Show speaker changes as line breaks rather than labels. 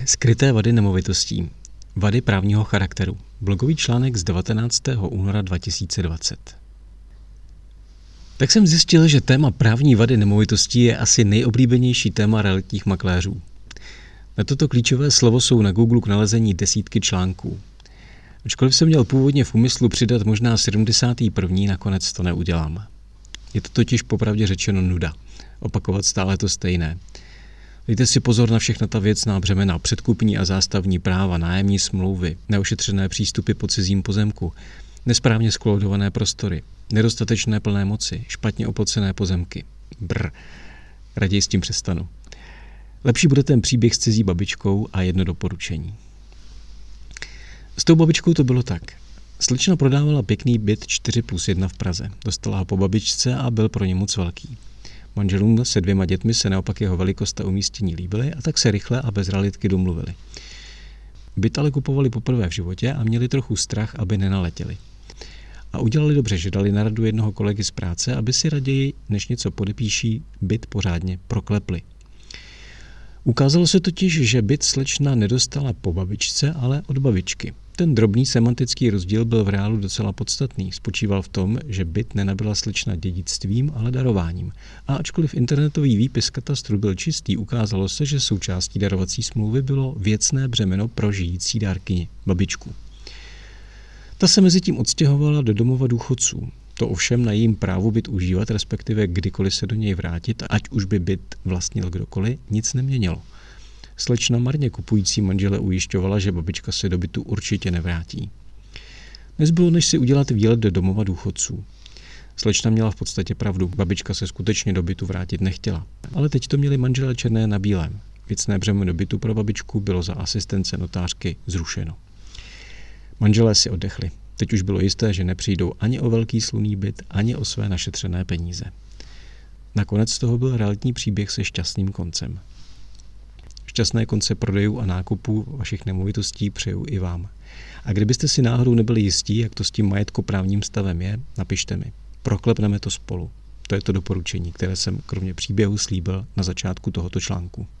Skryté vady nemovitostí. Vady právního charakteru. Blogový článek z 19. února 2020. Tak jsem zjistil, že téma právní vady nemovitostí je asi nejoblíbenější téma realitních makléřů. Na toto klíčové slovo jsou na Google k nalezení desítky článků. Ačkoliv jsem měl původně v úmyslu přidat možná 71., nakonec to neudělám. Je to totiž popravdě řečeno nuda. Opakovat stále to stejné. Dejte si pozor na všechna ta věcná břemena, předkupní a zástavní práva, nájemní smlouvy, neošetřené přístupy po cizím pozemku, nesprávně skolaudované prostory, nedostatečné plné moci, špatně oplocené pozemky. Raději s tím přestanu. Lepší bude ten příběh s cizí babičkou a jedno doporučení. S tou babičkou to bylo tak. Slečna prodávala pěkný byt 4+1 v Praze. Dostala ho po babičce a byl pro ně moc velký. Manželům se 2 dětmi se naopak jeho velikost a umístění líbily a tak se rychle a bez realitky domluvili. Byt ale kupovali poprvé v životě a měli trochu strach, aby nenaletěli. A udělali dobře, že dali na radu jednoho kolegy z práce, aby si raději, než něco podepíší, byt pořádně proklepli. Ukázalo se totiž, že byt slečna nedostala po babičce, ale od babičky. Ten drobný semantický rozdíl byl v reálu docela podstatný. Spočíval v tom, že byt nenabyla slečna dědictvím, ale darováním. A ačkoliv internetový výpis katastru byl čistý, ukázalo se, že součástí darovací smlouvy bylo věcné břemeno pro žijící dárkyni, babičku. Ta se mezitím odstěhovala do domova důchodců. To ovšem na jejím právu byt užívat, respektive kdykoliv se do něj vrátit, ať už by byt vlastnil kdokoliv, nic neměnilo. Slečna marně kupující manžele ujišťovala, že babička se do bytu určitě nevrátí. Nezbylo, než si udělat výlet do domova důchodců. Slečna měla v podstatě pravdu, babička se skutečně do bytu vrátit nechtěla. Ale teď to měli manželé černé na bílém. Věcné břemeno bytu pro babičku bylo za asistence notářky zrušeno. Manželé si oddechli. Teď už bylo jisté, že nepřijdou ani o velký slunný byt, ani o své našetřené peníze. Nakonec z toho byl realitní příběh se šťastným koncem. Šťastné konce prodejů a nákupů vašich nemovitostí přeju i vám. A kdybyste si náhodou nebyli jistí, jak to s tím majetkoprávním stavem je, napište mi. Proklepneme to spolu. To je to doporučení, které jsem kromě příběhu slíbil na začátku tohoto článku.